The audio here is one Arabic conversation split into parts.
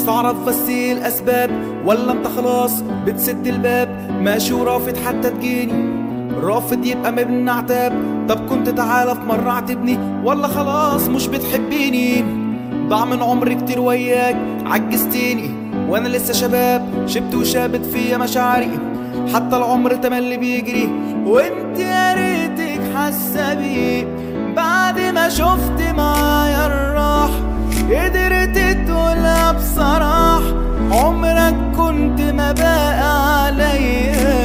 نفسي اعرف بس ايه الاسباب، ولا انت خلاص بتسد الباب ماشي ورافض حتى تجيني؟ رافض يبقى ما بينا عتاب. طب كنت تعالى في مرة اعتبني، ولا خلاص مش بتحبيني؟ ضاع من عمري كتير وياك عجزتيني، وانا لسه شباب شبت وشابت فيا مشاعري، حتى العمر تملي بيجري وانت يا ريتك حاسه بيه. بعد ما شفت معايا الراحه قدرت تقولها بصراحه، عمرك كنت ما بقى عليا.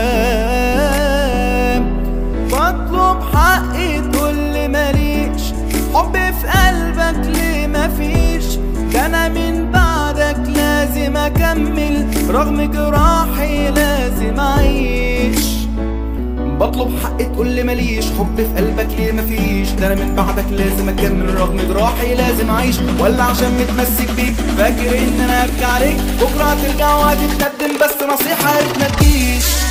بطلب حقي تقولي ماليش حب في قلبك، ليه مفيش؟ ده انا من بعدك لازم اكمل، رغم جراحي لازم اعيش. بطلب حقي تقولي ماليش حب في قلبك، ليه مفيش؟ ده انا من بعدك لازم اكمل، رغم جراحي لازم اعيش. ولا عشان متمسك بيك فاكر ان انا هبكي عليك؟ بكره هترجع وهتتندم، بس نصيحه يا ريت ما تجيش.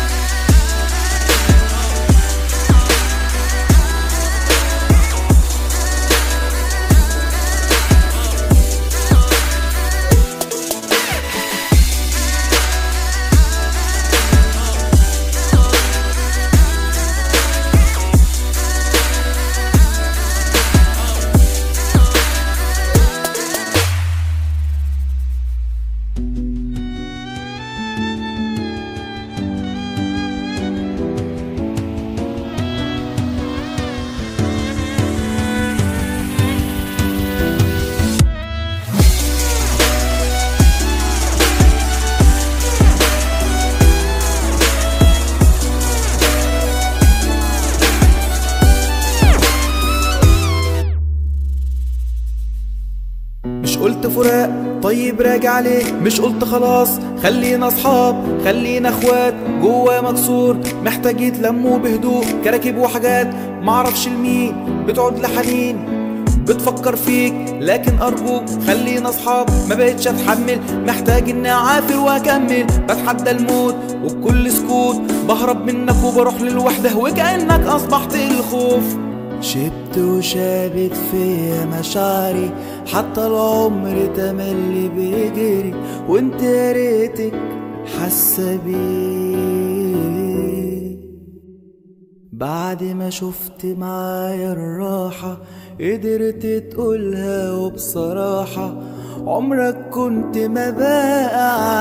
مش قلت فراق طيب راجع ليه؟ مش قلت خلاص خلينا اصحاب خلينا اخوات؟ جوا مكسور محتاج يتلموا بهدوء، كراكب وحاجات معرفش لمين بتقعد لحنين بتفكر فيك، لكن ارجوك خلينا اصحاب. ما بقتش اتحمل محتاج اني اعافر واكمل، بتحدى الموت وبكل سكوت بهرب منك وبروح للوحده، وكأنك اصبحت الخوف. شبت وشابت فيا مشاعري، حتى العمر تملي بيجري وانت يا ريتك حاسه بيه. بعد ما شفت معايا الراحه قدرت تقولها وبصراحه، عمرك كنت ما بقى